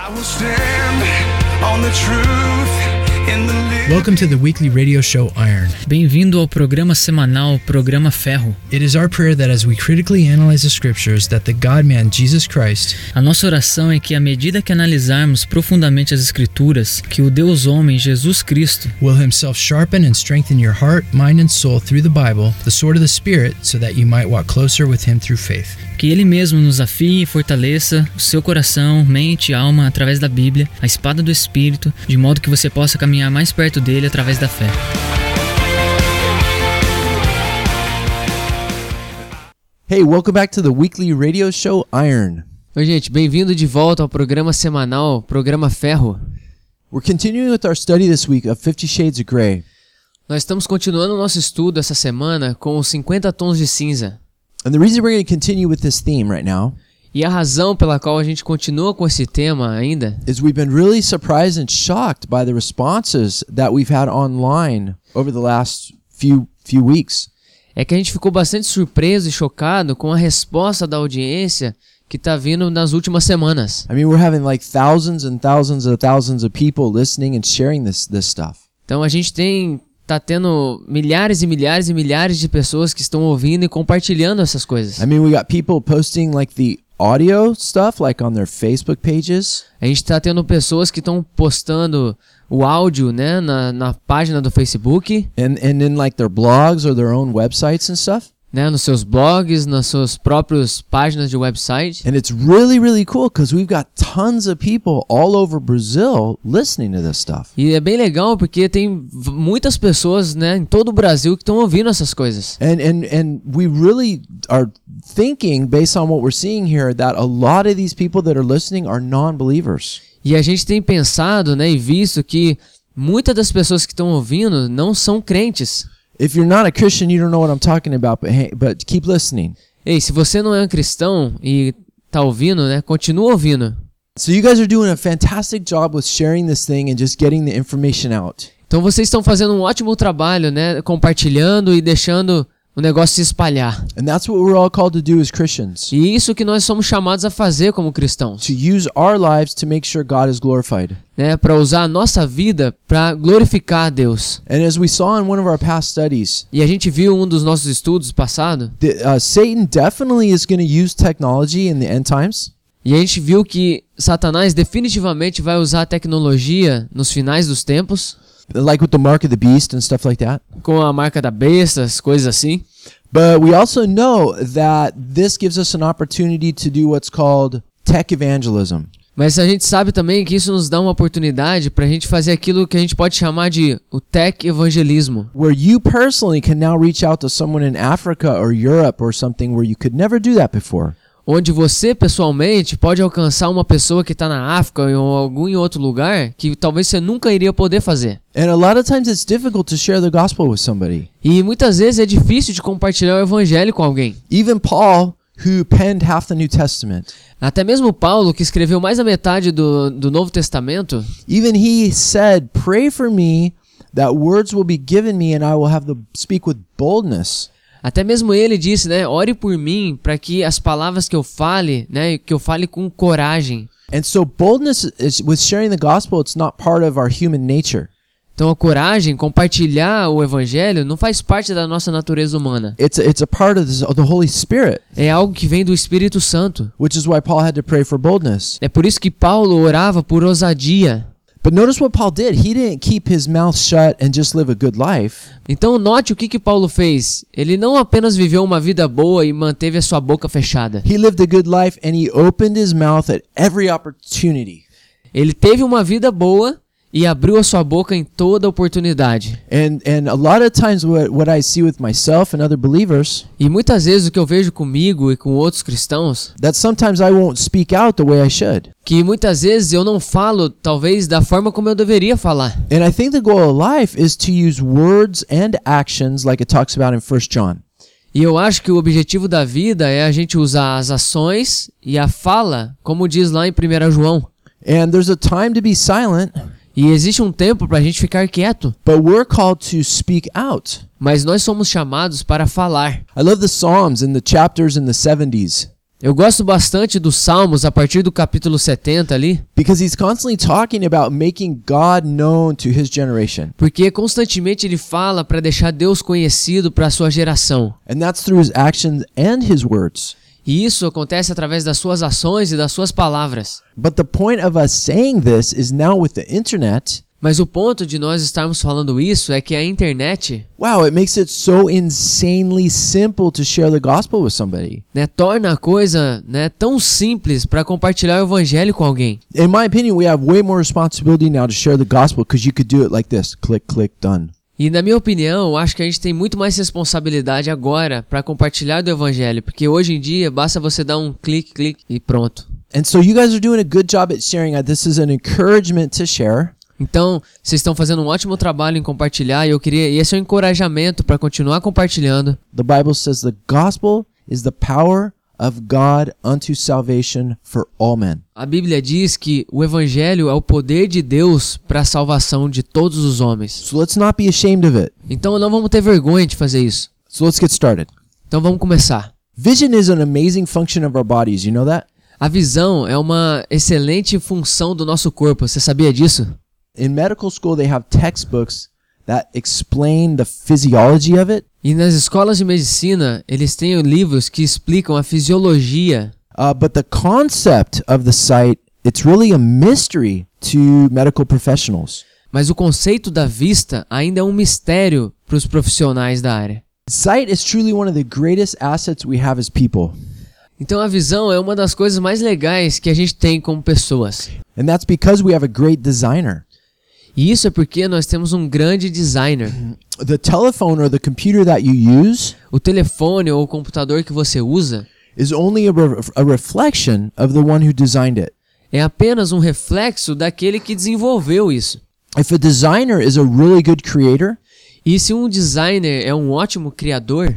I will stand on the truth in the living. Welcome to the weekly radio show Iron. Bem-vindo ao programa semanal, Programa Ferro. It is our prayer that as we critically analyze the scriptures, that the God-man Jesus Christ A nossa oração é que, à medida que analisarmos profundamente as Escrituras, que o Deus-homem, Jesus Cristo, will himself sharpen and strengthen your heart, mind, and soul through the Bible, the sword of the Spirit, so that you might walk closer with him through faith. que Ele mesmo nos afie e fortaleça o seu coração, mente e alma através da Bíblia, a espada do Espírito, de modo que você possa caminhar mais perto dele através da fé. Hey, welcome back to the weekly radio show Iron. Oi, gente, bem-vindo de volta ao programa semanal, Programa Ferro. We're continuing with our study this week of 50 Shades of Grey. Nós estamos continuando o nosso estudo essa semana com os 50 tons de cinza. And the reason we're going to continue with this theme right now E a razão pela qual a gente continua com esse tema ainda is we've been really surprised and shocked by the responses that we've had online over the last few weeks. é que a gente ficou bastante surpreso e chocado com a resposta da audiência que está vindo nas últimas semanas. I mean, we're having like thousands and thousands of people listening and sharing this stuff. Então a gente tá tendo milhares e milhares e milhares de pessoas que estão ouvindo e compartilhando essas coisas. I mean, we got people posting like the audio stuff like on their Facebook pages. A gente tá tendo pessoas que estão postando o áudio, né, na página do Facebook, And in like their blogs or their own websites and stuff. né, nos seus blogs, nas suas próprias páginas de website. And it's really, really cool because we've got tons of people all over Brazil listening to this stuff. E é bem legal porque tem muitas pessoas, né, em todo o Brasil que estão ouvindo essas coisas. And we really are thinking, based on what we're seeing here, that a lot of these people that are listening are non-believers. E a gente tem pensado, né, e visto que muitas das pessoas que estão ouvindo não são crentes. If you're not a Christian, you don't know what I'm talking about, but keep listening. Ei, se você não é um cristão e tá ouvindo, né, continua ouvindo. So you guys are doing a fantastic job with sharing this thing and just getting the information out. Então vocês estão fazendo um ótimo trabalho, né, compartilhando e deixando o negócio se espalhar. And that's what we're all called to do as Christians. E isso que nós somos chamados a fazer como cristãos, To use our lives to make sure God is glorified. né, para usar a nossa vida para glorificar a Deus. And as we saw in one of our past studies, E a gente viu um dos nossos estudos passado, Satan definitely is going to use technology in the end times. e a gente viu que Satanás definitivamente vai usar a tecnologia nos finais dos tempos, Like with the mark of the beast and stuff like that. com a marca da besta, as coisas assim. But we also know that this gives us an opportunity to do what's called tech evangelism. Mas a gente sabe também que isso nos dá uma oportunidade para a gente fazer aquilo que a gente pode chamar de o tech evangelismo. Where you personally can now reach out to someone in Africa or Europe or something where you could never do that before. Onde você, pessoalmente, pode alcançar uma pessoa que está na África ou algum outro lugar que talvez você nunca iria poder fazer. And a lot of times it's difficult to share the gospel with somebody. E muitas vezes é difícil de compartilhar o evangelho com alguém. Even Paul, who penned half the New Testament, Até mesmo Paulo, que escreveu mais da metade do Novo Testamento, even he said, "Pray for me that words will be given me and I will have to speak with boldness." até mesmo ele disse, né, ore por mim para que as palavras que eu fale, né, que eu fale com coragem. And so boldness is, with sharing the gospel, it's not part of our human nature. Então a coragem, compartilhar o evangelho, não faz parte da nossa natureza humana. It's a part of the Holy Spirit, É algo que vem do Espírito Santo. which is why Paul had to pray for boldness. É por isso que Paulo orava por ousadia. But notice what Paul did. He didn't keep his mouth shut and just live a good life. Então note o que Paulo fez. Ele não apenas viveu uma vida boa e manteve a sua boca fechada. He lived a good life and he opened his mouth at every opportunity. Ele teve uma vida boa e abriu a sua boca em toda oportunidade. And a lot of times what I see with myself and other believers, E muitas vezes o que eu vejo comigo e com outros cristãos, that sometimes I won't speak out the way I should. que muitas vezes eu não falo talvez da forma como eu deveria falar. And I think the goal of life is to use words and actions like it talks about in 1 John. E eu acho que o objetivo da vida é a gente usar as ações e a fala, como diz lá em 1 João. And there's a time to be silent, E existe um tempo para a gente ficar quieto, but we're called to speak out. mas nós somos chamados para falar. I love the Psalms and the chapters in the 70s. Eu gosto bastante dos Salmos a partir do capítulo 70 ali, because he's constantly talking about making God known to his generation. porque constantemente ele fala para deixar Deus conhecido para a sua geração. And that's through his actions and his words. E isso acontece através das suas ações e das suas palavras. But the point of us saying this is now with the internet. Mas o ponto de nós estarmos falando isso é que a internet, Wow, it makes it so insanely simple to share the gospel with somebody. né, torna a coisa, né, tão simples para compartilhar o evangelho com alguém. In my opinion, we have way more responsibility now to share the gospel because you could do it like this. Click, click, done. E na minha opinião, eu acho que a gente tem muito mais responsabilidade agora para compartilhar do evangelho, porque hoje em dia basta você dar um clique, clique e pronto. And so you guys are doing a good job at sharing. This is an encouragement to share. Então, vocês estão fazendo um ótimo trabalho em compartilhar e esse é um encorajamento para continuar compartilhando. The Bible says the gospel is the power of God unto salvation for all men. A Bíblia diz que o evangelho é o poder de Deus para a salvação de todos os homens. So let's not be ashamed of it. Então não vamos ter vergonha de fazer isso. So let's get started. Então vamos começar. Vision is an amazing function of our bodies. You know that? A visão é uma excelente função do nosso corpo. Você sabia disso? In medical school, they have textbooks that explain the physiology of it. E nas escolas de medicina, eles têm livros que explicam a fisiologia. But the concept of the sight, it's really a mystery to medical professionals. Mas o conceito da vista ainda é um mistério para os profissionais da área. Sight is truly one of the greatest assets we have as people. Então a visão é uma das coisas mais legais que a gente tem como pessoas. And that's because we have a great designer. E isso é porque nós temos um grande designer. The telephone or the computer that you use O telefone ou o computador que você usa is only a reflection of the one who designed it. é apenas um reflexo daquele que desenvolveu isso. If a designer is a really good creator, E se um designer é um ótimo criador,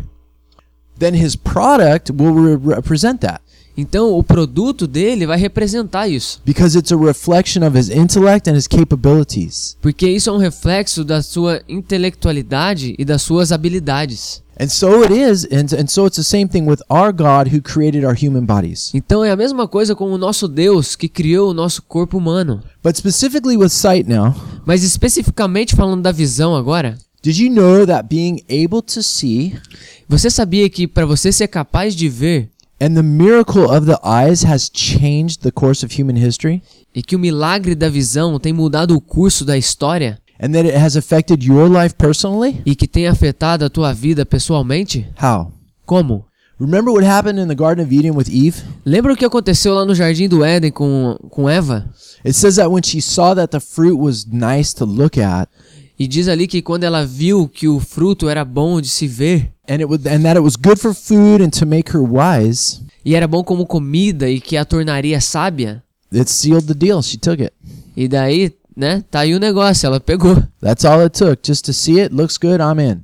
then his product will represent that. então o produto dele vai representar isso. Because it's a reflection of his intellect and his capabilities. Porque isso é um reflexo da sua intelectualidade e das suas habilidades. And so it is, and so it's the same thing with our God who created our human bodies. Então é a mesma coisa com o nosso Deus que criou o nosso corpo humano. But specifically with sight now, Mas especificamente falando da visão agora, did you know that being able to see você sabia que para você ser capaz de ver and the miracle of the eyes has changed the course of human history? e que o milagre da visão tem mudado o curso da história And that it has affected your life personally? e que tem afetado a tua vida pessoalmente? How? Como? Remember what happened in the Garden of Eden with Eve? Lembra o que aconteceu lá no Jardim do Éden com Eva? It says that when she saw that the fruit was nice to look at, E diz ali que quando ela viu que o fruto era bom de se ver and that it was good for food and to make her wise, e era bom como comida e que a tornaria sábia, it sealed the deal. She took it. e daí, né, tá aí o negócio, ela pegou. That's all it took. Just to see it, looks good, I'm in.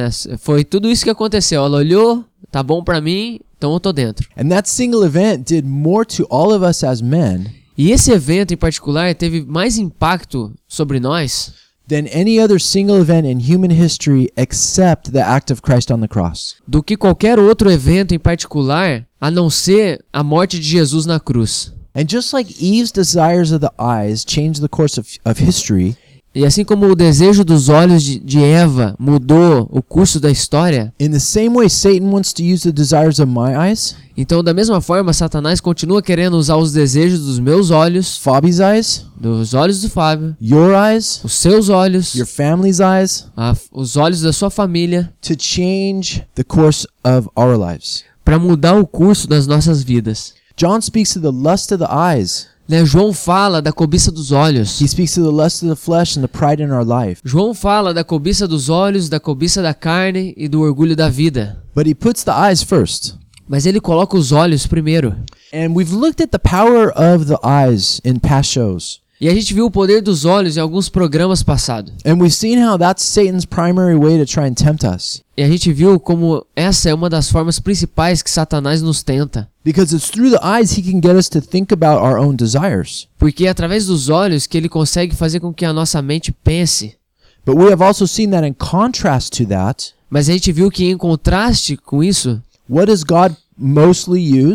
Foi tudo isso que aconteceu. Ela olhou, tá bom pra mim, então eu tô dentro. And that single event did more to all of us as men E esse evento em particular teve mais impacto sobre nós than any other single event in human history except the act of Christ on the cross. do que qualquer outro evento em particular, a não ser a morte de Jesus na cruz. And just like Eve's desires of the eyes changed the course of history, E assim como o desejo dos olhos de Eva mudou o curso da história, in the same way Satan wants to use the desires of my eyes, então da mesma forma Satanás continua querendo usar os desejos dos meus olhos, Fabi's eyes, dos olhos do Fábio, your eyes, os seus olhos, your family's eyes, os olhos da sua família, to change the course of our lives. para mudar o curso das nossas vidas. John speaks to the lust of the eyes. Né? João fala da cobiça dos olhos. He speaks to the lust of the flesh and the pride in our life. João fala da cobiça dos olhos, da cobiça da carne e do orgulho da vida. But he puts the eyes first. Mas ele coloca os olhos primeiro. And we've looked at the power of the eyes in past shows. E a gente viu o poder dos olhos em alguns programas passados. And we've seen how that's Satan's primary way to try and tempt us. E a gente viu como essa é uma das formas principais que Satanás nos tenta. Because it's through the eyes he can get us to think about our own desires. Porque é através dos olhos que ele consegue fazer com que a nossa mente pense. But we have also seen that in contrast to that, Mas a gente viu que em contraste com isso, what does God mostly use?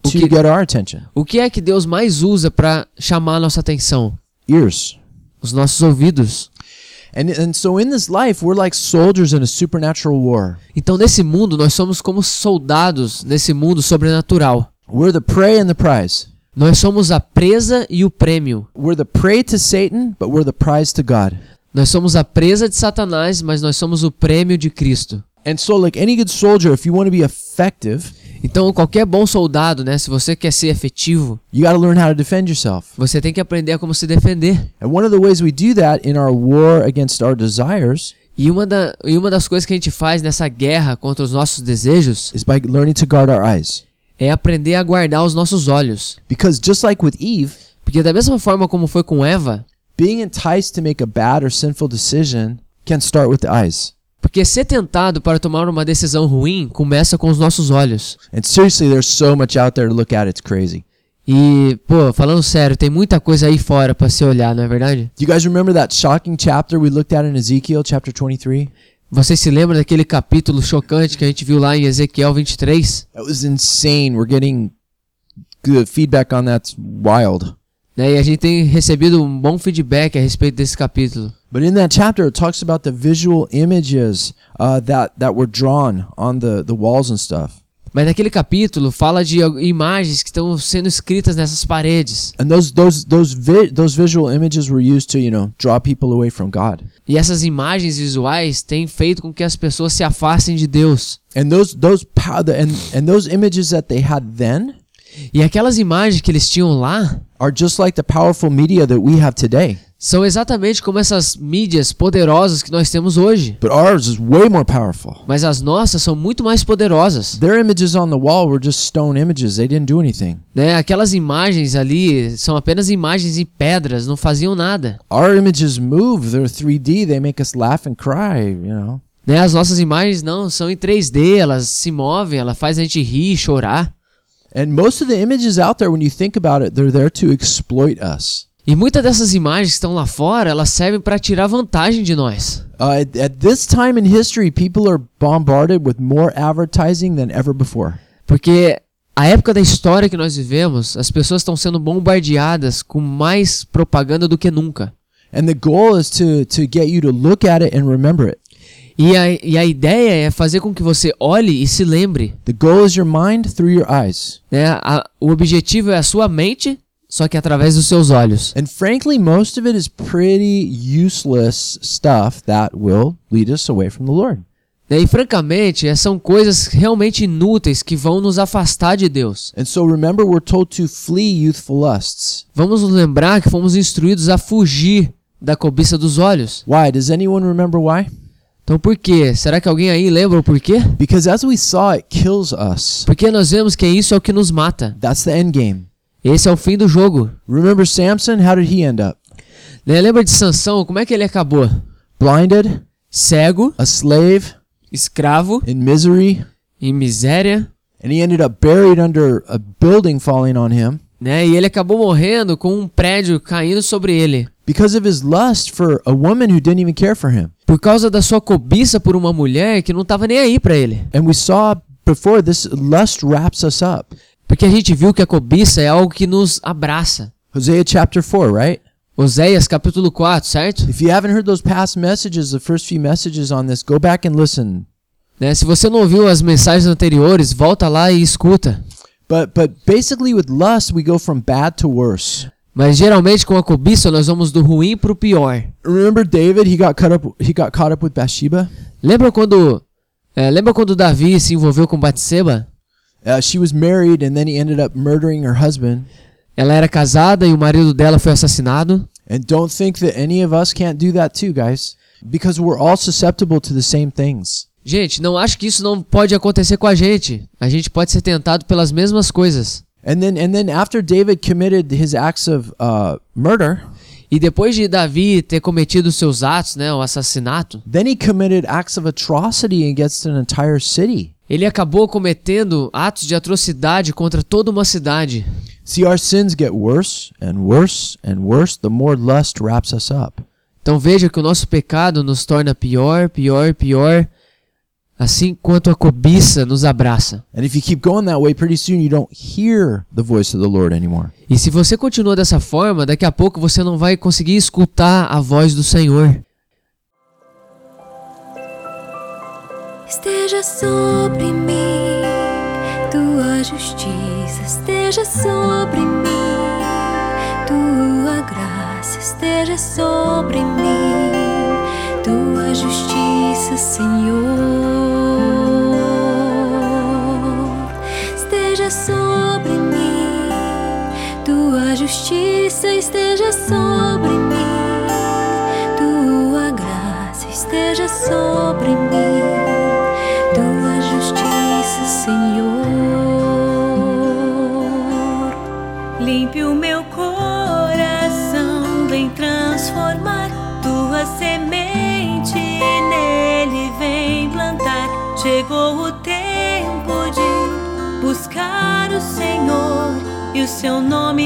O to que- get our attention? O que é que Deus mais usa para chamar a nossa atenção? Ears. Os nossos ouvidos. And so in this life, we're like soldiers in a supernatural war. Então, nesse mundo, nós somos como soldados nesse mundo sobrenatural. We're the prey and the prize. Nós somos a presa e o prêmio. We're the prey to Satan, but we're the prize to God. Nós somos a presa de Satanás, mas nós somos o prêmio de Cristo. And so, like any good soldier, if you want to be effective, Então, qualquer bom soldado, né, se você quer ser efetivo, you got to learn how to defend yourself. você tem que aprender a como se defender. And one of the ways we do that in our war against our desires E uma das coisas que a gente faz nessa guerra contra os nossos desejos is by learning to guard our eyes. é aprender a guardar os nossos olhos. Because just like with Eve, Porque da mesma forma como foi com Eva, being enticed to make a bad or sinful decision can start with the eyes. porque ser tentado para tomar uma decisão ruim começa com os nossos olhos. And seriously, there's so much out there to look at, it's crazy. E, pô, falando sério, tem muita coisa aí fora para se olhar, não é verdade? Do you guys remember that shocking chapter we looked at in Ezekiel chapter 23? Vocês se lembram daquele capítulo chocante que a gente viu lá em Ezequiel 23? That was insane. We're getting good feedback on that's wild. Né? E a gente tem recebido um bom feedback a respeito desse capítulo. But in that chapter, it talks about the visual images that were drawn on the walls and stuff. Mas naquele capítulo fala de imagens que estão sendo escritas nessas paredes. And those visual images were used to, draw people away from God. E essas imagens visuais têm feito com que as pessoas se afastem de Deus. And those images that they had then E aquelas imagens que eles tinham lá are just like the powerful media that we have today. são exatamente como essas mídias poderosas que nós temos hoje. But ours is way more powerful. Mas as nossas são muito mais poderosas. Their images on the wall were just stone images. They didn't do anything. Né? Aquelas imagens ali são apenas imagens em pedras, não faziam nada. Our images move. They're 3D. They make us laugh and cry, Né? As nossas imagens não, são em 3D, elas se movem, ela faz a gente rir e chorar. And most of the images out there, when you think about it, they're there to exploit us. E muitas dessas imagens que estão lá fora, elas servem para tirar vantagem de nós. At this time in history, people are bombarded with more advertising than ever before. Porque a época da história que nós vivemos, as pessoas estão sendo bombardeadas com mais propaganda do que nunca. And the goal is to get you to look at it and remember it. E a ideia é fazer com que você olhe e se lembre. The goal is your mind through your eyes. Né? O objetivo é a sua mente, só que através dos seus olhos. And frankly, most of it is pretty useless stuff that will lead us away from the Lord. Né? E francamente, são coisas realmente inúteis que vão nos afastar de Deus. And so remember, we're told to flee youthful lusts. Vamos nos lembrar que fomos instruídos a fugir da cobiça dos olhos. Why? Does anyone remember why? Então por quê? Será que alguém aí lembra o porquê? Because as we saw, it kills us. Porque nós vemos que isso é o que nos mata. That's the end game. Esse é o fim do jogo. Remember Samson? How did he end up? Né? Lembra de Sansão? Como é que ele acabou? Blinded, Cego, a slave, escravo, in misery, em miséria, and he ended up buried under a building falling on him né? E ele acabou morrendo com um prédio caindo sobre ele. because of his lust for a woman who didn't even care for him. Por causa da sua cobiça por uma mulher que não estava nem aí para ele. And we saw before, this lust wraps us up. Porque a gente viu que a cobiça é algo que nos abraça. Hosea chapter 4, right? Oséias capítulo 4, certo? If you haven't heard those past messages, the first few messages on this, go back and listen. Né? Se você não ouviu as mensagens anteriores, volta lá e escuta. But basically with lust, we go from bad to worse. Mas geralmente com a cobiça nós vamos do ruim pro pior. Remember David? He got caught up with Bathsheba. Lembra quando Davi se envolveu com Batseba? She was married and then he ended up murdering her husband. Ela era casada e o marido dela foi assassinado. And don't think that any of us can't do that too, guys. Because we're all susceptible to the same things. Gente, não acho que isso não pode acontecer com a gente. A gente pode ser tentado pelas mesmas coisas. And then after David committed his acts of murder, E depois de Davi ter cometido os seus atos, né, o assassinato, then he committed acts of atrocity against an entire city. ele acabou cometendo atos de atrocidade contra toda uma cidade. See, our sins get worse and worse and worse the more lust wraps us up. Então veja que o nosso pecado nos torna pior, pior, pior, assim quanto a cobiça nos abraça. And if you keep going that way, pretty soon you don't hear the voice of the Lord anymore. E se você continua dessa forma, daqui a pouco você não vai conseguir escutar a voz do Senhor. Esteja sobre mim, tua justiça esteja sobre mim, tua graça esteja sobre mim, tua justiça, Senhor, esteja sobre mim, tua justiça esteja sobre mim, tua graça esteja sobre mim, tua justiça, Senhor. Limpe o meu coração, vem transformar tua semente, nele vem plantar. Chegou o tempo de buscar o Senhor e o seu nome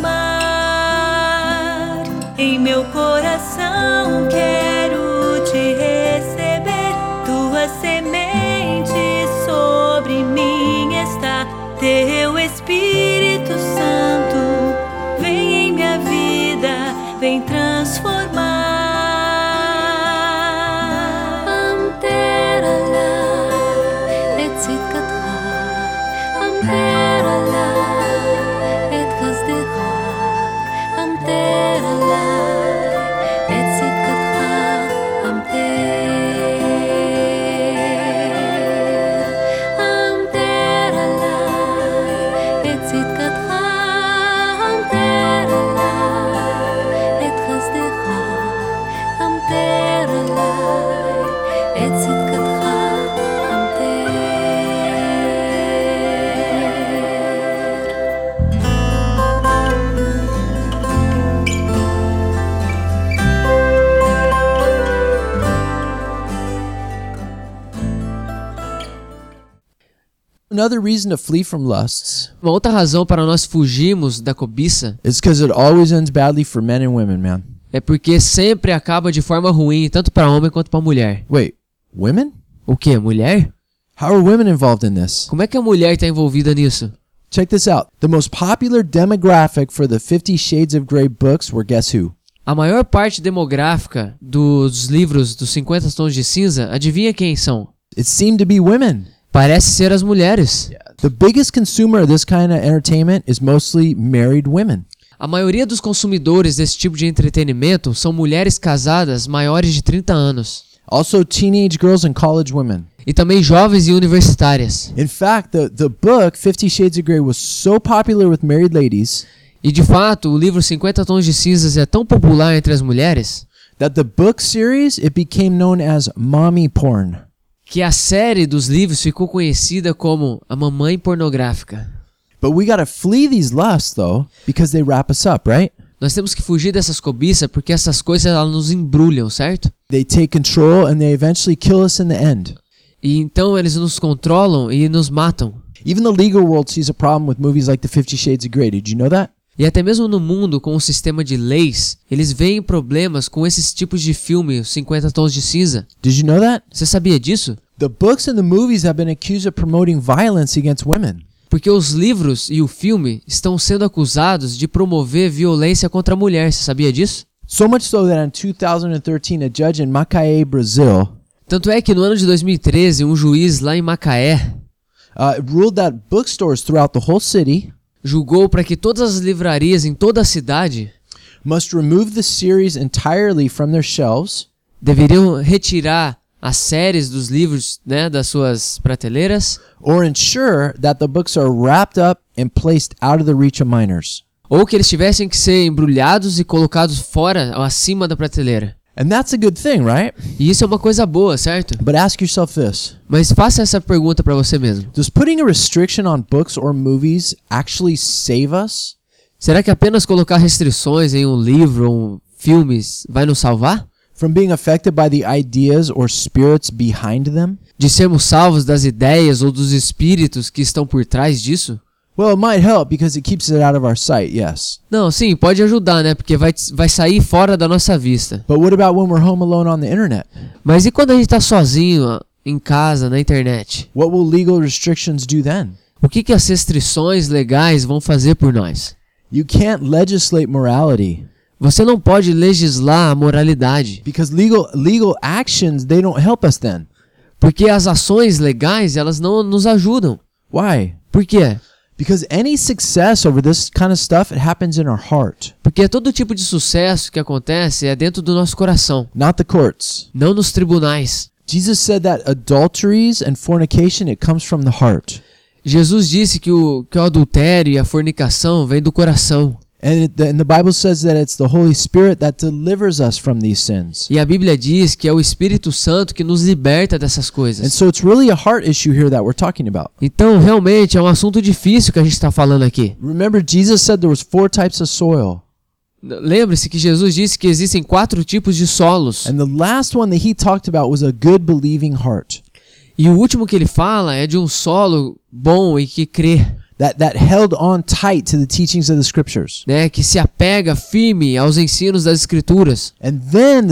clamar. Em meu coração quero te receber, tua semente sobre mim está. Teu Espírito Santo vem em minha vida, vem transformar. Another reason to flee from lusts Uma outra razão para nós fugirmos da cobiça is because it always ends badly for men and women, man. é porque sempre acaba de forma ruim, tanto para homem quanto para mulher. Wait, women? O que? Mulher? How are women involved in this? Como é que a mulher está envolvida nisso? Check this out. The most popular demographic for the 50 Shades of Grey books were guess who? A maior parte demográfica dos livros dos 50 Tons de Cinza, adivinha quem são? It seemed to be women. Parece ser as mulheres. The biggest consumer of this kind of entertainment is mostly married women. A maioria dos consumidores desse tipo de entretenimento são mulheres casadas maiores de 30 anos. Also teenage girls and college women. E também jovens e universitárias. In fact, the book 50 Shades of Grey was so popular with married ladies E de fato, o livro 50 Tons de Cinzas é tão popular entre as mulheres that the book series it became known as mommy porn. que a série dos livros ficou conhecida como a mamãe pornográfica. But we gotta flee these lusts though, because they wrap us up, right? Nós temos que fugir dessas cobiças porque essas coisas elas nos embrulham, certo? They take control and they eventually kill us in the end. E então eles nos controlam e nos matam. Even the legal world sees a problem with movies like The 50 Shades of Grey. Did you know that? E até mesmo no mundo com o sistema de leis, eles veem problemas com esses tipos de filme, os 50 Tons de Cinza. Did you know that? Você sabia disso? The books and the movies have been accused of promoting violence against women. Porque os livros e o filme estão sendo acusados de promover violência contra a mulher. Você sabia disso? So much so that in 2013 a judge in Macaé, Brazil, Tanto é que no ano de 2013, um juiz lá em Macaé ruled that bookstores throughout the whole city julgou para que todas as livrarias em toda a cidade must remove the series entirely from their shelves deveriam retirar as séries dos livros, né, das suas prateleiras, or ensure that the books are wrapped up and placed out of the reach of minors. ou que eles tivessem que ser embrulhados e colocados fora ou acima da prateleira. And that's a good thing, right? E isso é uma coisa boa, certo? But ask yourself this. Mas faça essa pergunta para você mesmo. Does putting a restriction on books or movies actually save us? Será que apenas colocar restrições em um livro ou filmes vai nos salvar? From being affected by the ideas or spirits behind them? De sermos salvos das ideias ou dos espíritos que estão por trás disso? Well, it might help because it keeps it out of our sight, yes. Não, sim, pode ajudar, né? Porque vai sair fora da nossa vista. But what about when we're home alone on the internet? Mas e quando a gente tá sozinho em casa, na internet. What will legal restrictions do then? O que as restrições legais vão fazer por nós? You can't legislate morality Você não pode legislar a moralidade, because legal actions, they don't help us then. porque as ações legais, elas não nos ajudam. Why? Por quê? Because any success over this kind of stuff, it happens in our heart, Porque todo tipo de sucesso que acontece é dentro do nosso coração, not the courts. não nos tribunais. Jesus said that adulteries and fornication, it comes from the heart. Jesus disse que o adultério e a fornicação vem do coração. And the Bible says that it's the Holy Spirit that delivers us from these sins. E a Bíblia diz que é o Espírito Santo que nos liberta dessas And coisas. so it's really a heart issue here that we're talking about. Então, realmente, é um assunto difícil que a gente está falando aqui. Remember, Jesus said there was 4 types of soil. Lembre-se que Jesus disse que existem 4 tipos de solos. And the last one that he talked about was a good believing heart. E o último que ele fala é de um solo bom e que crê, That held on tight to the teachings of the scriptures. né, que se apega firme aos ensinos das Escrituras. And then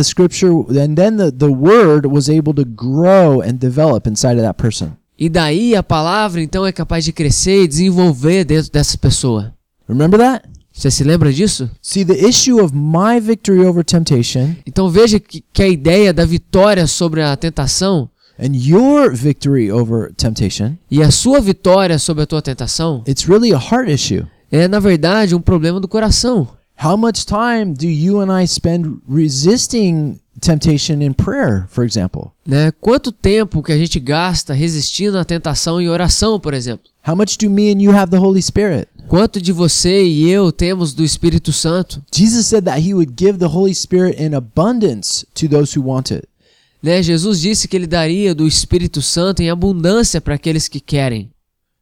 the word was able to grow and develop inside of that person. E daí a palavra então é capaz de crescer e desenvolver dentro dessa pessoa. Remember that? Você se lembra disso? See, the issue of my victory over temptation Então veja que a ideia da vitória sobre a tentação and your victory over temptation, e a sua vitória sobre a tua tentação it's really a heart issue. é, na verdade, um problema do coração. How much time do you and I spend resisting temptation in prayer, for example? Né? Quanto tempo que a gente gasta resistindo à tentação em oração, por exemplo? How much do me and you have the Holy Spirit? Quanto de você e eu temos do Espírito Santo? Jesus said that he would give the Holy Spirit in abundance to those who want it. Né? Jesus disse que ele daria do Espírito Santo em abundância para aqueles que querem.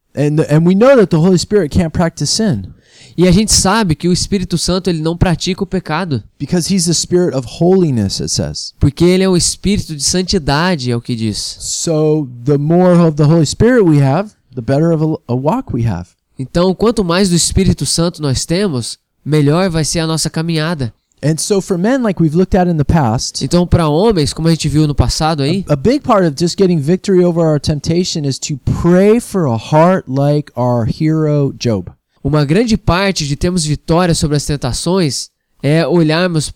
And we know that the Holy Spirit can't practice sin E a gente sabe que o Espírito Santo ele não pratica o pecado, because he's the spirit of holiness, it says. porque ele é o espírito de santidade, é o que diz. So the more of the Holy Spirit we have, the better of a walk we have. Então, quanto mais do Espírito Santo nós temos, melhor vai ser a nossa caminhada. And so for men, like we've looked at in the past, Então, para homens, como a gente viu no passado aí, a big part of just getting victory over our temptation is to pray for a heart like our hero Job. uma grande parte de termos vitória sobre as tentações é olharmos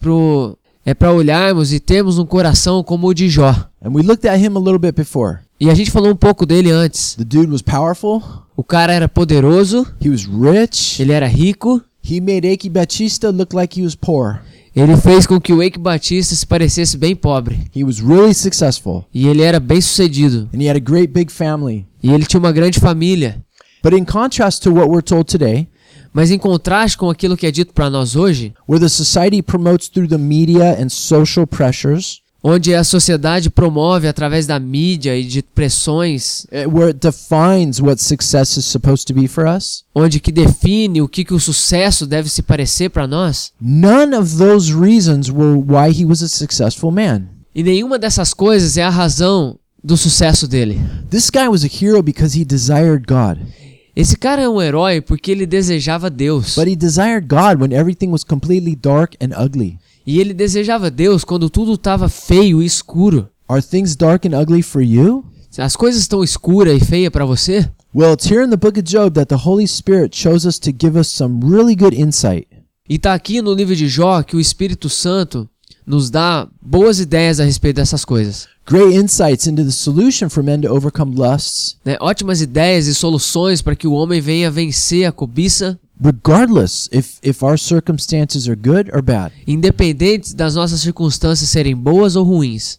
para olharmos e termos um coração como o de Jó. And we looked at him a little bit before. E a gente falou um pouco dele antes. The dude was powerful. O cara era poderoso, He was rich. ele era rico, He made Eike Batista look like he was poor. ele fez com que o Eike Batista se parecesse bem pobre. He was really successful. E ele era bem sucedido. And he had a great big family. E ele tinha uma grande família. But in contrast to what we're told today, Mas em contraste com aquilo que é dito para nós hoje, where the society promotes through the media and social pressures, onde a sociedade promove através da mídia e de pressões, where it defines what success is supposed to be for us, onde que define o que o sucesso deve se parecer para nós, none of those reasons were why he was a successful man. e nenhuma dessas coisas é a razão do sucesso dele. This guy was a hero because he desired God. Esse cara é um herói porque ele desejava Deus. But he desired God when everything was completely dark and ugly. E ele desejava Deus quando tudo estava feio e escuro. Are things dark and ugly for you? As coisas estão escuras e feias para você? Well, it's here in the book of Job that the Holy Spirit chose us to give us some really good insight. E tá aqui no livro de Jó que o Espírito Santo nos dá boas ideias a respeito dessas coisas. Great insights into the solution for men to overcome lusts, Né? Ótimas ideias e soluções para que o homem venha vencer a cobiça, regardless if our circumstances are good or bad. independentes das nossas circunstâncias serem boas ou ruins.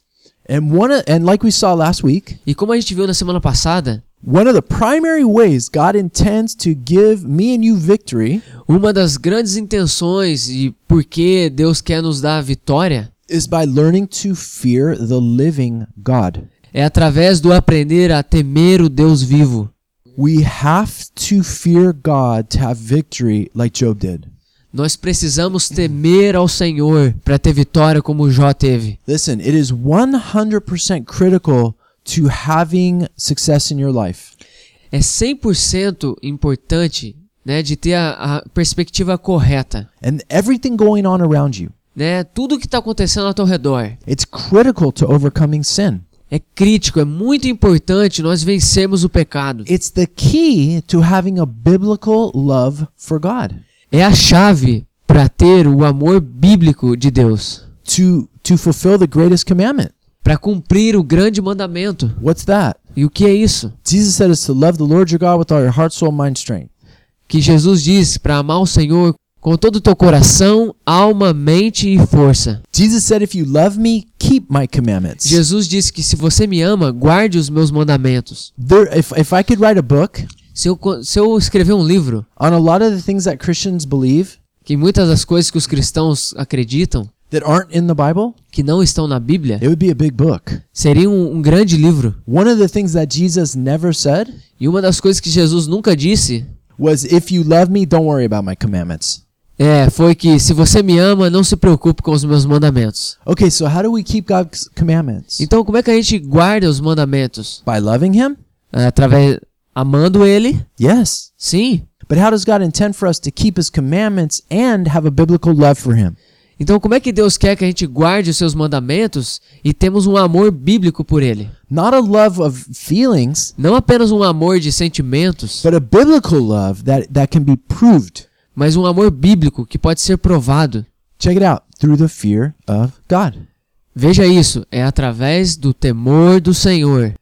And like we saw last week, E como a gente viu na semana passada, one of the primary ways God intends to give me and you victory uma das grandes intenções e por que Deus quer nos dar a vitória is by learning to fear the living God. é através do aprender a temer o Deus vivo. We have to fear God to have victory like Job did. Nós precisamos temer ao Senhor para ter vitória como Jó teve. Listen, it is 100% critical to having success in your life. É 100% importante, né, de ter a perspectiva correta. And everything going on around you. Né? Tudo que está acontecendo ao teu redor It's critical to overcoming sin. É crítico, é muito importante nós vencermos o pecado. It's the key to having a biblical love for God. É a chave para ter o amor bíblico de Deus, To fulfill the greatest commandment. para cumprir o grande mandamento. What's that? E o que é isso? Jesus said it's to love the Lord your God with all your heart, soul, mind, strength. Que Jesus diz para amar o Senhor com todo o teu coração, alma, mente e força. Jesus said, if you love me, keep my commandments. Jesus disse que se você me ama, guarde os meus mandamentos. If I could write a book Se eu escrever um livro, on a lot of the things that Christians believe que muitas das coisas que os cristãos acreditam, that aren't in the Bible, que não estão na Bíblia, it would be a big book. seria um grande livro. One of the things that Jesus never said E uma das coisas que Jesus nunca disse was, if you love me, don't worry about my commandments. foi que se você me ama, não se preocupe com os meus mandamentos. Okay, so how do we keep God's commandments? Então, como é que a gente guarda os mandamentos? By loving him? Através amando ele? Yes. Sim. But how does God intend for us to keep his commandments and have a biblical love for him? Então, como é que Deus quer que a gente guarde os seus mandamentos e temos um amor bíblico por ele? Not a love of feelings, Não apenas um amor de sentimentos, but a biblical love that can be proved. mas um amor bíblico que pode ser provado. Check it out. Through the fear of God. Veja isso, é através do temor do Senhor.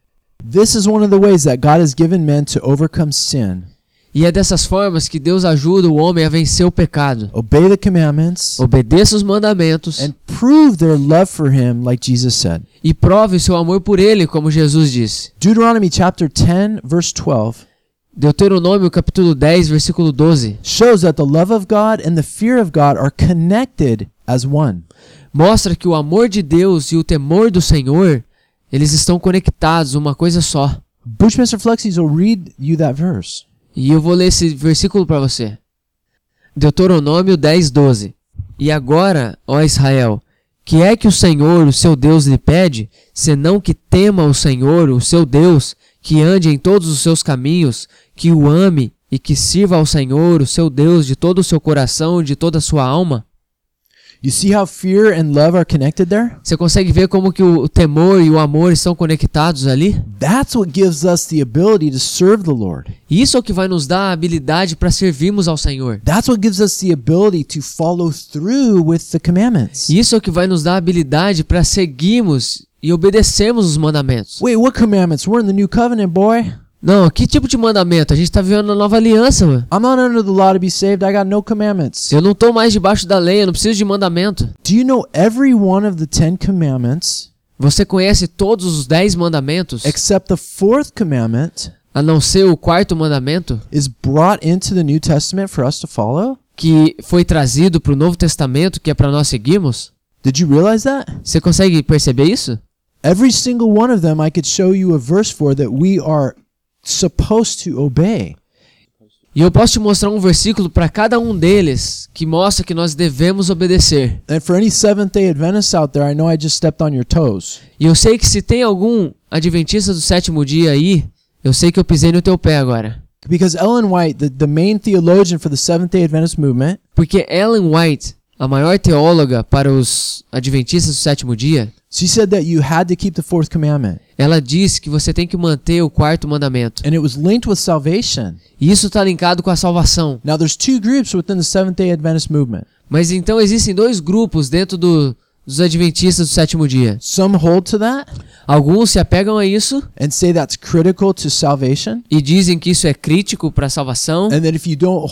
This is one of the ways that God has given men to overcome sin. E é dessas formas que Deus ajuda o homem a vencer o pecado. Obey the commandments Obedeça os mandamentos and prove their love for him, like Jesus said. e prove o seu amor por ele, como Jesus disse. Deuteronomy chapter 10, verse 12 Deuteronômio capítulo 10, versículo 12. shows that the love of God and the fear of God are connected as one. Mostra que o amor de Deus e o temor do Senhor, eles estão conectados, uma coisa só. Bushmaster Flexies will read you that verse. E eu vou ler esse versículo para você. Deuteronômio 10, 12. E agora, ó Israel, que é que o Senhor, o seu Deus, lhe pede, senão que tema o Senhor, o seu Deus, que ande em todos os seus caminhos, que o ame e que sirva ao Senhor, o seu Deus, de todo o seu coração e de toda a sua alma? You see how fear and love are connected there? Você consegue ver como que o temor e o amor estão conectados ali? That's what gives us the ability to serve the Lord. Isso é o que vai nos dar a habilidade para servirmos ao Senhor. That's what gives us the ability to follow through with the commandments. Isso é o que vai nos dar a habilidade para seguirmos e obedecermos os mandamentos. Wait, what commandments? We're in the new covenant, boy. Não, que tipo de mandamento? A gente tá vivendo a nova aliança, mano. I'm not under the law to be saved. I got no commandments. Eu não tô mais debaixo da lei, eu não preciso de mandamento. Do you know every one of the 10 commandments Você conhece todos os 10 mandamentos, except the fourth commandment a não ser o quarto mandamento, is brought into the New Testament for us to follow? que foi trazido pro Novo Testamento, que é para nós seguirmos? Did you realize that? Você consegue perceber isso? Every single one of them I could show you a verse for that we are supposed to obey. E eu posso te mostrar um versículo para cada um deles que mostra que nós devemos obedecer. And for any Seventh-day Adventists out there, I know I just stepped on your toes. E eu sei que se tem algum adventista do sétimo dia aí, eu sei que eu pisei no teu pé agora. Because Ellen White, the main theologian for the Seventh-day Adventist movement, Porque Ellen White, a maior teóloga para os adventistas do sétimo dia, she said that you had to keep the fourth commandment. ela diz que você tem que manter o quarto mandamento. And it was linked with salvation. E isso está linkado com a salvação. Now there's two groups within the Seventh-day Adventist movement. Mas então existem dois grupos dentro dos adventistas do sétimo dia. Some hold to that Alguns se apegam a isso and say that's critical to salvation. e dizem que isso é crítico para a salvação. And that if you don't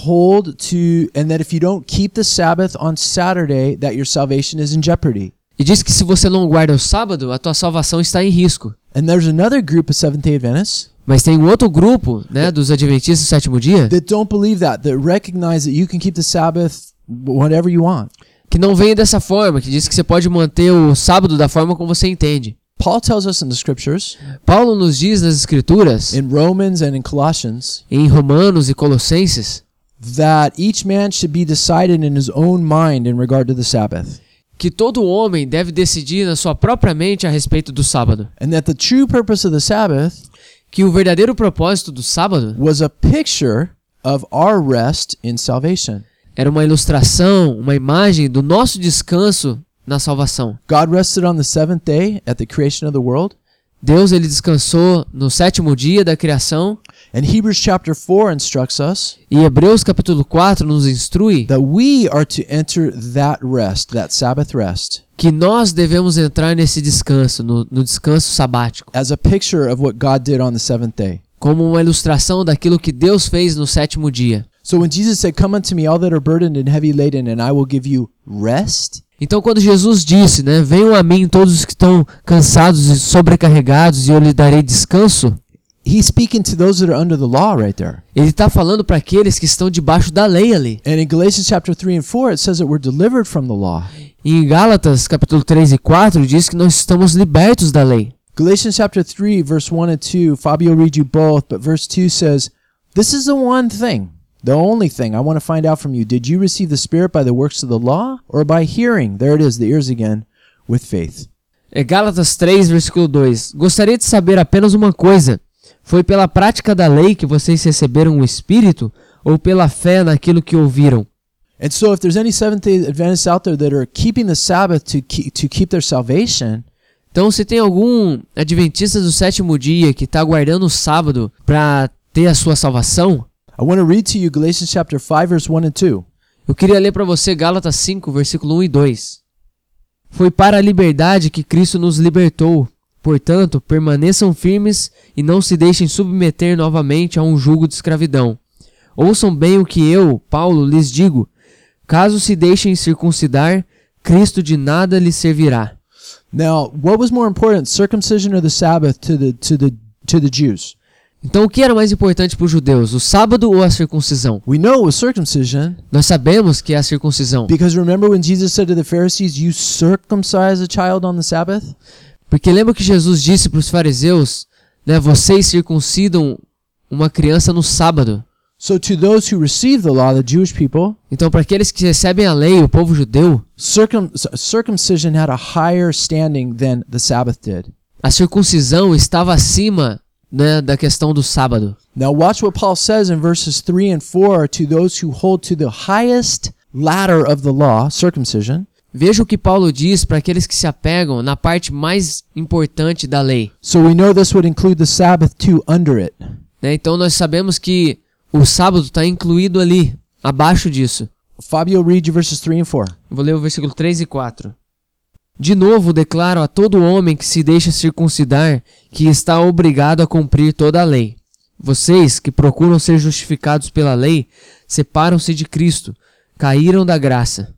keep the Sabbath on Saturday, that your salvation is in jeopardy. E diz que se você não guarda o sábado, a tua salvação está em risco. And there's another group of Seventh-day Adventists Mas tem um outro grupo, né, dos adventistas do sétimo dia, that don't believe that recognize that you can keep the Sabbath whatever you want. que não vem dessa forma, que diz que você pode manter o sábado da forma como você entende. Paul tells us in the scriptures, Paulo nos diz nas escrituras, in Romans and in Colossians, em Romanos e Colossenses, that each man should be decided in his own mind in regard to the Sabbath. que todo homem deve decidir na sua própria mente a respeito do sábado. And that the true purpose of the Sabbath Que o verdadeiro propósito do sábado was a picture of our rest in salvation. era uma ilustração, uma imagem do nosso descanso na salvação. God rested on the seventh day at the creation of the world. Deus ele descansou no 7º dia da criação. And Hebrews chapter 4 instructs us E Hebreus capítulo 4 nos instrui that we are to enter that rest, that Sabbath rest, que nós devemos entrar nesse descanso, no descanso sabático, as a picture of what God did on the seventh day. como uma ilustração daquilo que Deus fez no 7º dia. So when Jesus said, "Come unto me, all that are burdened and heavy laden, and I will give you rest," Então quando Jesus disse, né, venham a mim todos os que estão cansados e sobrecarregados e eu lhes darei descanso, He's speaking to those that are under the law right there. ele está falando para aqueles que estão debaixo da lei ali. And in Galatians chapter 3 and 4, it says that we're delivered from the law. E em Gálatas capítulo 3 e 4 diz que nós estamos libertos da lei. Galatians chapter 3, verse 1 and 2, Fabio will read you both, but verse 2 says, "This is the one thing, the only thing I want to find out from you. Did you receive the Spirit by the works of the law, or by hearing," there it is, the ears again, "with faith?" É Gálatas 3, versículo 2. Gostaria de saber apenas uma coisa. Foi pela prática da lei que vocês receberam o Espírito ou pela fé naquilo que ouviram? And so if there's any Seventh-day Adventists out there that are keeping the Sabbath to keep their salvation, Então, se tem algum adventista do 7º dia que está guardando o sábado para ter a sua salvação, I want to read to you Galatians chapter 5, verse 1 and 2. eu queria ler para você Gálatas 5, versículo 1 e 2. Foi para a liberdade que Cristo nos libertou. Portanto, permaneçam firmes e não se deixem submeter novamente a um jugo de escravidão. Ouçam bem o que eu, Paulo, lhes digo. Caso se deixem circuncidar, Cristo de nada lhes servirá. Now, what was more important, circumcision or the Sabbath to the Jews? Então, o que era mais importante para os judeus, o sábado ou a circuncisão? We know it was circumcision Nós sabemos que é a circuncisão, because remember when Jesus said to the Pharisees, "You circumcise a child on the Sabbath?" porque lembra que Jesus disse para os fariseus, né, vocês circuncidam uma criança no sábado. So to those who receive the law, the Jewish people, Então, para aqueles que recebem a lei, o povo judeu, circumcision had a higher standing than the Sabbath did. a circuncisão estava acima, né, da questão do sábado. Now watch what Paul says in verses 3 and 4 to those who hold to the highest ladder of the law, circumcision. Veja o que Paulo diz para aqueles que se apegam na parte mais importante da lei. So we know this would include the Sabbath too under it. Né? Então, nós sabemos que o sábado está incluído ali, abaixo disso. Fabio, read you verses 3 and 4. Eu vou ler o versículo 3 e 4. De novo, declaro a todo homem que se deixa circuncidar que está obrigado a cumprir toda a lei. Vocês, que procuram ser justificados pela lei, separam-se de Cristo, caíram da graça.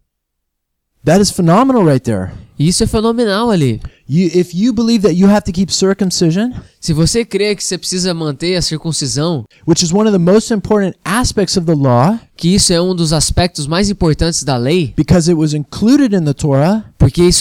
That is phenomenal right there. E isso é fenomenal ali. If you believe that you have to keep circumcision, Se você crê que você precisa manter a circuncisão, which is one of the most important aspects of the law, que isso é um dos aspectos mais importantes da lei, because it was included in the Torah, porque isso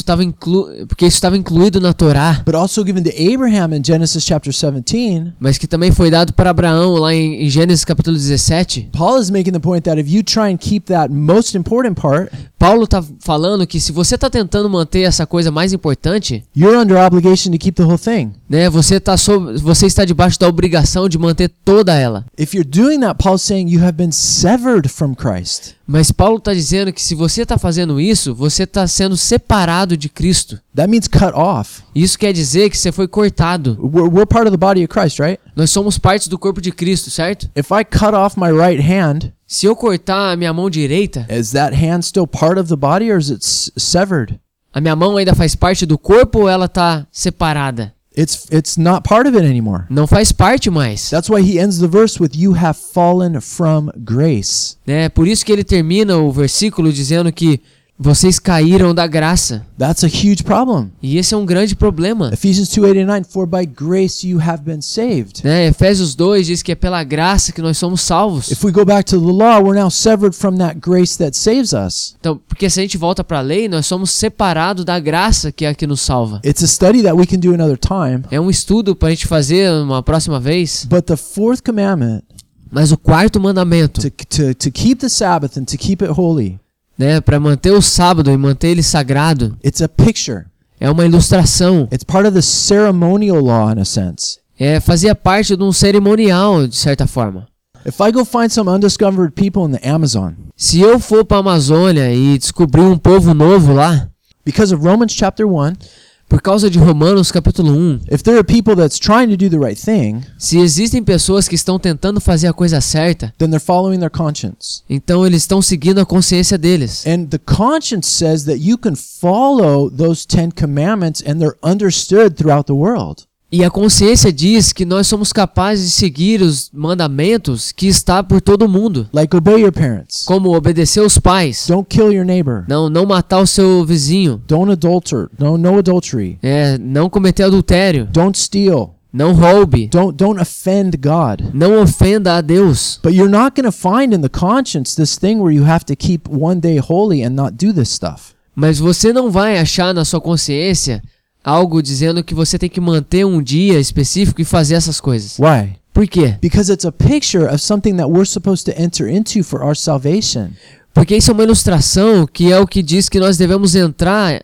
estava incluído na Torá, but also given to Abraham in Genesis chapter 17, mas que também foi dado para Abraão lá em Gênesis capítulo 17. Paul is making the point that if you try and keep that most important part, Paulo está falando que se você está tentando manter essa coisa mais importante, you're under obligation to keep the whole thing. né, você está debaixo da obrigação de manter toda ela. If you're doing that, Paul's saying you have been severed from Christ. Mas Paulo está dizendo que se você está fazendo isso, você está sendo separado de Cristo. That means cut off. Isso quer dizer que você foi cortado. We're part of the body of Christ, right? Nós somos partes do corpo de Cristo, certo? If I cut off my right hand, Se eu cortar a minha mão direita, is that hand still part of the body or is it severed? a minha mão ainda faz parte do corpo ou ela está separada? It's not part of it anymore. Não faz parte mais. That's why he ends the verse with "You have fallen from grace." É por isso que ele termina o versículo dizendo que vocês caíram da graça. That's a huge problem. E esse é um grande problema. Ephesians 2:8 and 9, "For by grace you have been saved." Né? Efésios 2 diz que é pela graça que nós somos salvos. If we go back to the law, we're now severed from that grace that saves us. Então, porque se a gente volta para a lei, nós somos separados da graça que é a que nos salva. It's a study that we can do another time. É um estudo para a gente fazer uma próxima vez. But the fourth commandment, Mas o quarto mandamento, to keep the Sabbath and to keep it holy, né, para manter o sábado e manter ele sagrado, it's a picture. é uma ilustração. It's part of the ceremonial law in a sense. Fazia parte de um cerimonial, de certa forma. If I go find some undiscovered people in the Amazon, Se eu for para a Amazônia e descobrir um povo novo lá, because of Romans chapter 1, Por causa de Romanos capítulo 1, if there are people that's trying to do the right thing, se existem pessoas que estão tentando fazer a coisa certa, then they're following their conscience. então eles estão seguindo a consciência deles. And the conscience says that you can follow those 10 commandments and they're understood throughout the world. E a consciência diz que nós somos capazes de seguir os mandamentos que está por todo mundo, Like obey your parents. como obedecer os pais, Don't kill your neighbor. não matar o seu vizinho, Don't adulter. No adultery. não cometer adultério, Don't steal. não roube, Don't offend God. não ofenda a Deus. But you're not going to find in the conscience this thing where you have to keep one day holy and not do this stuff. Mas você não vai achar na sua consciência algo dizendo que você tem que manter um dia específico e fazer essas coisas. Why? Por quê? Because it's a picture of something that we're supposed to enter into for our salvation. Porque isso é uma ilustração que é o que diz que nós devemos entrar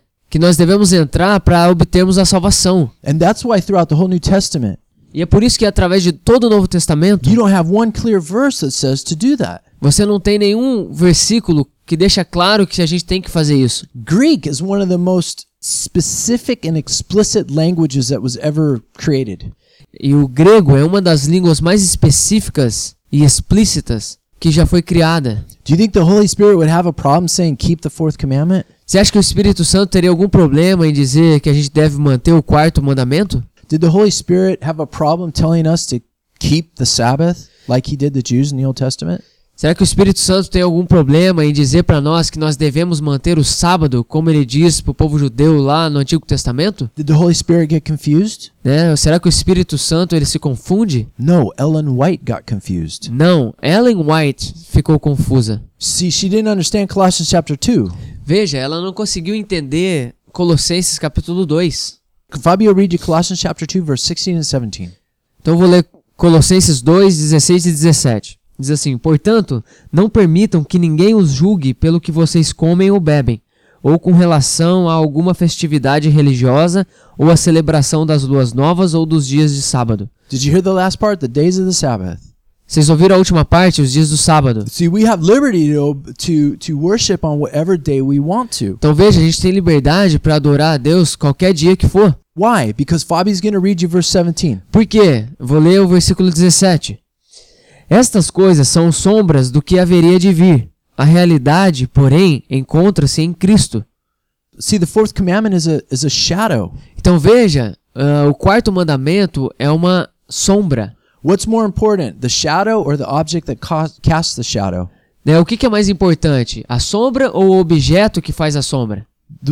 para obtermos a salvação. And that's why throughout the whole New Testament, E é por isso que através de todo o Novo Testamento, you don't have one clear verse that says to do that. você não tem nenhum versículo que deixa claro que a gente tem que fazer isso. Greek is one of the most specific and explicit languages that was ever created. E o grego é uma das línguas mais específicas e explícitas que já foi criada. Do you think the Holy Spirit would have a problem saying keep the fourth commandment? Você acha que o Espírito Santo teria algum problema em dizer que a gente deve manter o quarto mandamento? Did the Holy Spirit have a problem telling us to keep the Sabbath like he did the Jews in the Old Testament? Será que o Espírito Santo tem algum problema em dizer para nós que nós devemos manter o sábado, como ele diz para o povo judeu lá no Antigo Testamento? Did the Holy Spirit get confused? Né? Será que o Espírito Santo ele se confunde? No, Ellen White got confused. Não, Ellen White ficou confusa. See, she didn't understand Colossians chapter 2. Veja, ela não conseguiu entender Colossenses capítulo 2. Fabio, read you Colossians chapter 2 verse 16 and 17. Então eu vou ler Colossenses 2, 16 e 17. Diz assim: portanto, não permitam que ninguém os julgue pelo que vocês comem ou bebem, ou com relação a alguma festividade religiosa, ou a celebração das luas novas ou dos dias de sábado. Did you hear the last part? The days of the Sabbath. Vocês ouviram a última parte, os dias do sábado? See, we have liberty to worship on whatever day we want to. Então veja, a gente tem liberdade para adorar a Deus qualquer dia que for. Why? Because Fabi's going to read you verse 17. Por quê? Vou ler o versículo 17. Estas coisas são sombras do que haveria de vir. A realidade, porém, encontra-se em Cristo. See, the fourth commandment is a shadow. Então veja, o quarto mandamento é uma sombra. What's more important, the shadow or the object that casts the shadow? Né? O que é mais importante? A sombra ou o objeto que faz a sombra?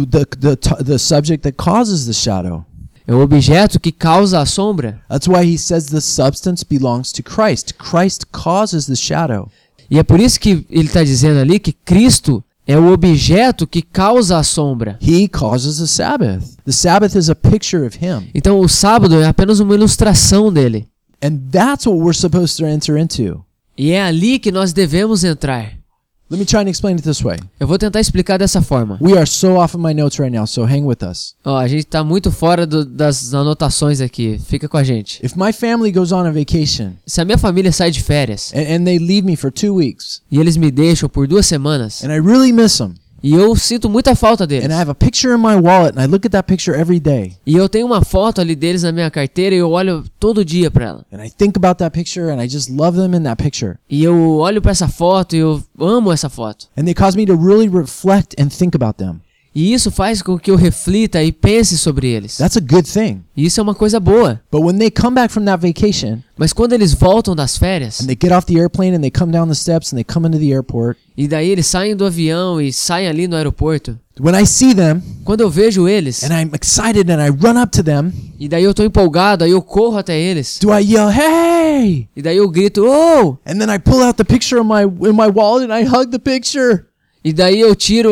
The subject that causes the shadow. É o objeto que causa a sombra. That's why he says the substance belongs to Christ. Christ causes the shadow. E é por isso que ele está dizendo ali que Cristo é o objeto que causa a sombra. He causes the Sabbath. The Sabbath is a picture of him. Então o sábado é apenas uma ilustração dele. And that's what we're supposed to enter into. E é ali que nós devemos entrar. Let me try and explain it this way. Eu vou tentar explicar dessa forma. We are so off of my notes right now, so hang with us. Ó, a gente está muito fora das anotações aqui. Fica com a gente. If my family goes on a vacation Se a minha família sai de férias and they leave me for 2 weeks e eles me deixam por 2 semanas and I really miss them e eu sinto muita falta deles and I have a picture in my wallet and I look at that picture every day e eu tenho uma foto ali deles na minha carteira e eu olho todo dia para ela and I think about that picture and I just love them in that picture e eu olho para essa foto e eu amo essa foto and they cause me to really reflect and think about them. e isso faz com que eu reflita e pense sobre eles. That's a good thing. E isso é uma coisa boa. But when they come back from that vacation Mas quando eles voltam das férias and they get off the airplane and they come down the steps and they come into the airport, e daí eles saem do avião e saem ali no aeroporto, when I see them quando eu vejo eles and I'm excited and I run up to them, e daí eu tô empolgado, aí eu corro até eles do I yell, "Hey!" e daí eu grito, oh! And then I pull out the picture in my wallet and I hug the picture. E daí eu tiro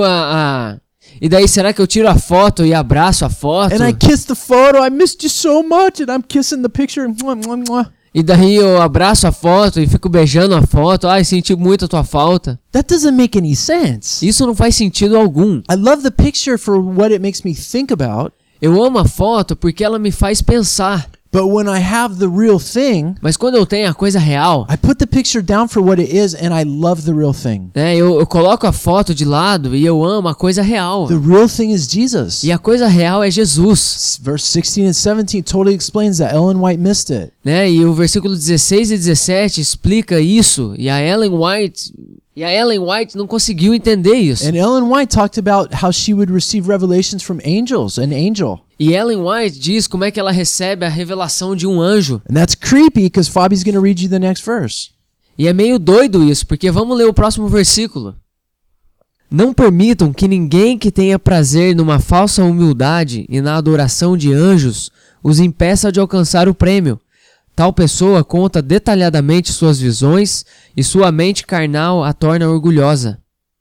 E daí será que eu tiro a foto e abraço a foto? And I kiss the photo. I missed you so much. And I'm kissing the picture. Mwah, mwah, mwah. E daí eu abraço a foto e fico beijando a foto. Ai, senti muito a tua falta. That doesn't make any sense. Isso não faz sentido algum. I love the picture for what it makes me think about. Eu amo a foto porque ela me faz pensar. But when I have the real thing, Mas quando eu tenho a coisa real, I put the picture down for what it is and I love the real thing. né, eu coloco a foto de lado e eu amo a coisa real. The real thing is Jesus. E a coisa real é Jesus. Verse 16 and 17 totally explains that. Ellen White missed it. Né? E o versículo 16 e 17 explica isso. E a Ellen White não conseguiu entender isso. And Ellen White talked about how she would receive revelations from angels, an angel. E Ellen White diz como é que ela recebe a revelação de um anjo. And that's creepy because Fabi's going to read you the next verse. E é meio doido isso, porque vamos ler o próximo versículo. Não permitam que ninguém que tenha prazer numa falsa humildade e na adoração de anjos os impeça de alcançar o prêmio. Tal pessoa conta detalhadamente suas visões e sua mente carnal a torna orgulhosa.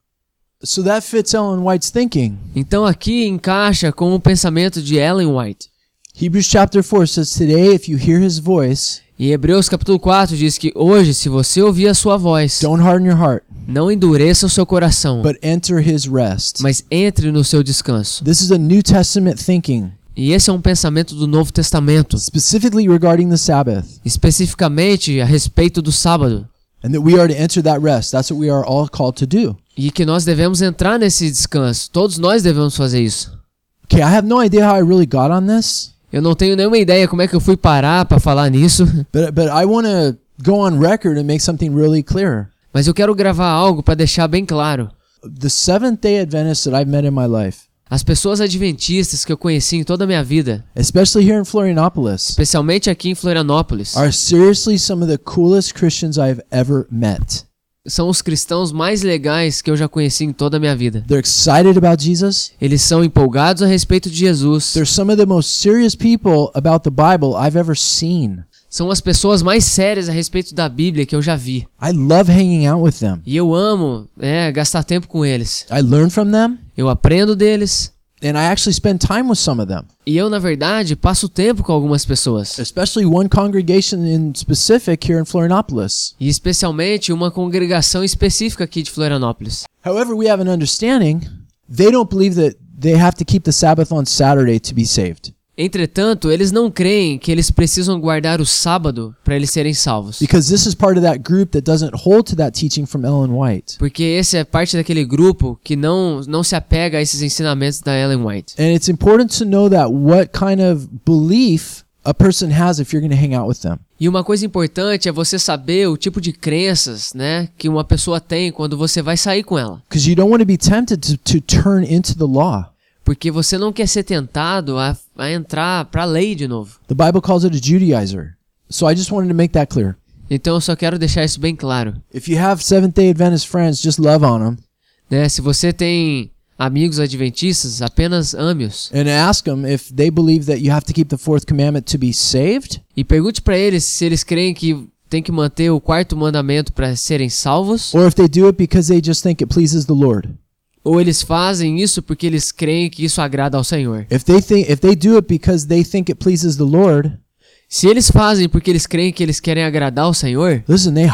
So that fits Ellen White's thinking. Então aqui encaixa com o pensamento de Ellen White. Hebrews chapter 4 says, today if you hear his voice, E Hebreus capítulo 4 diz que hoje, se você ouvir a sua voz, don't harden your heart, não endureça o seu coração, but enter his rest. mas entre no seu descanso. This is a New Testament thinking, E esse é um pensamento do Novo Testamento, specifically regarding the Sabbath, especificamente a respeito do sábado, and that we are to enter that rest. That's what we are all called to do. e que nós devemos entrar nesse descanso. Todos nós devemos fazer isso. Okay, I have no idea how I really got on this, Eu não tenho nenhuma ideia como é que eu fui parar para falar nisso, but I want to go on record and make something really clear. mas eu quero gravar algo para deixar bem claro. The Seventh-day Adventists that I've met in my life, As pessoas adventistas que eu conheci em toda a minha vida, especially here in Florianopolis, especialmente aqui em Florianópolis, are seriously some of the coolest Christians I've ever met. são os cristãos mais legais que eu já conheci em toda a minha vida. They're excited about Jesus. Eles são empolgados a respeito de Jesus. They're some of the most serious people about the Bible I've ever seen. São as pessoas mais sérias a respeito da Bíblia que eu já vi. I love hanging out with them. E eu amo gastar tempo com eles. I learn from them, Eu aprendo deles. and I actually spend time with some of them, E eu, na verdade, passo tempo com algumas pessoas. especially one congregation in specific here in Florianopolis. E especialmente uma congregação específica aqui de Florianópolis. However, we have an understanding, they don't believe that they have to keep the Sabbath on Saturday to be saved. Entretanto, eles não creem que eles precisam guardar o sábado para eles serem salvos. Because this is part of that group that doesn't hold to that teaching from Ellen White. Porque esse é parte daquele grupo que não se apega a esses ensinamentos da Ellen White. And it's important to know that what kind of belief a person has if you're going to hang out with them. E uma coisa importante é você saber o tipo de crenças, que uma pessoa tem quando você vai sair com ela. Because you don't want to be tempted to turn into the law. Porque você não quer ser tentado a entrar para a lei de novo. The Bible calls it a Judaizer. So I just wanted to make that clear. Então eu só quero deixar isso bem claro. If you have Seventh-day Adventist friends, just love on them Se você tem amigos adventistas, apenas ame-os. and ask them if they believe that you have to keep the fourth commandment to be saved, E pergunte para eles se eles creem que tem que manter o quarto mandamento para serem salvos, or if they do it because they just think it pleases the Lord. ou eles fazem isso porque eles creem que isso agrada ao Senhor. If they do it because they think it pleases the Lord, Se eles fazem porque eles creem que eles querem agradar ao Senhor, listen, they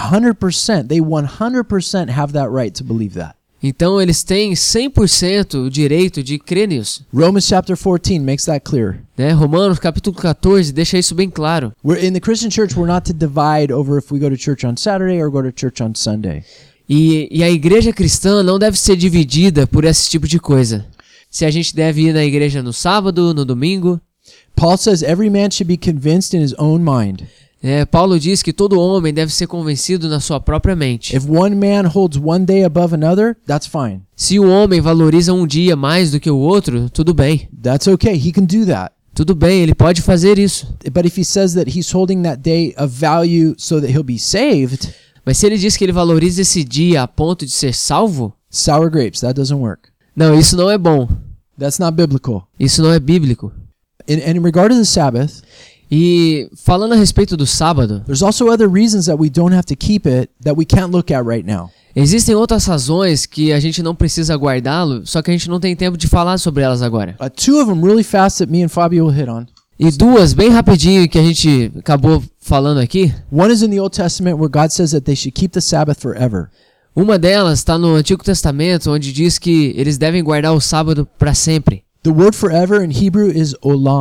100% have that right to believe that. então eles têm 100% o direito de crer nisso. Romans chapter 14 makes that clear. Romanos capítulo 14 deixa isso bem claro. We're in the Christian church, we're not to divide over if we go to church on Saturday or go to church on Sunday. E a igreja cristã não deve ser dividida por esse tipo de coisa. Se a gente deve ir na igreja no sábado, no domingo. Paul says every man should be convinced in his own mind. Paulo diz que todo homem deve ser convencido na sua própria mente. If one man holds one day above another, that's fine. Se o homem valoriza um dia mais do que o outro, tudo bem. That's okay. He can do that. Tudo bem, ele pode fazer isso. But if he says that he's holding that day of value so that he'll be saved, Mas se ele diz que ele valoriza esse dia a ponto de ser salvo, sour grapes, that doesn't work. não, isso não é bom. That's not biblical. Isso não é bíblico. And in regard to the Sabbath, E falando a respeito do sábado, there's also other reasons that we don't have to keep it that we can't look at right now. existem outras razões que a gente não precisa guardá-lo, só que a gente não tem tempo de falar sobre elas agora. Two of them really fast that me and Fabio will hit on. E duas, bem rapidinho, que a gente acabou falando aqui. One is in the Old Testament where God says that they should keep the Sabbath forever. Uma delas está no Antigo Testamento, onde diz que eles devem guardar o sábado para sempre. The word forever in Hebrew is olam.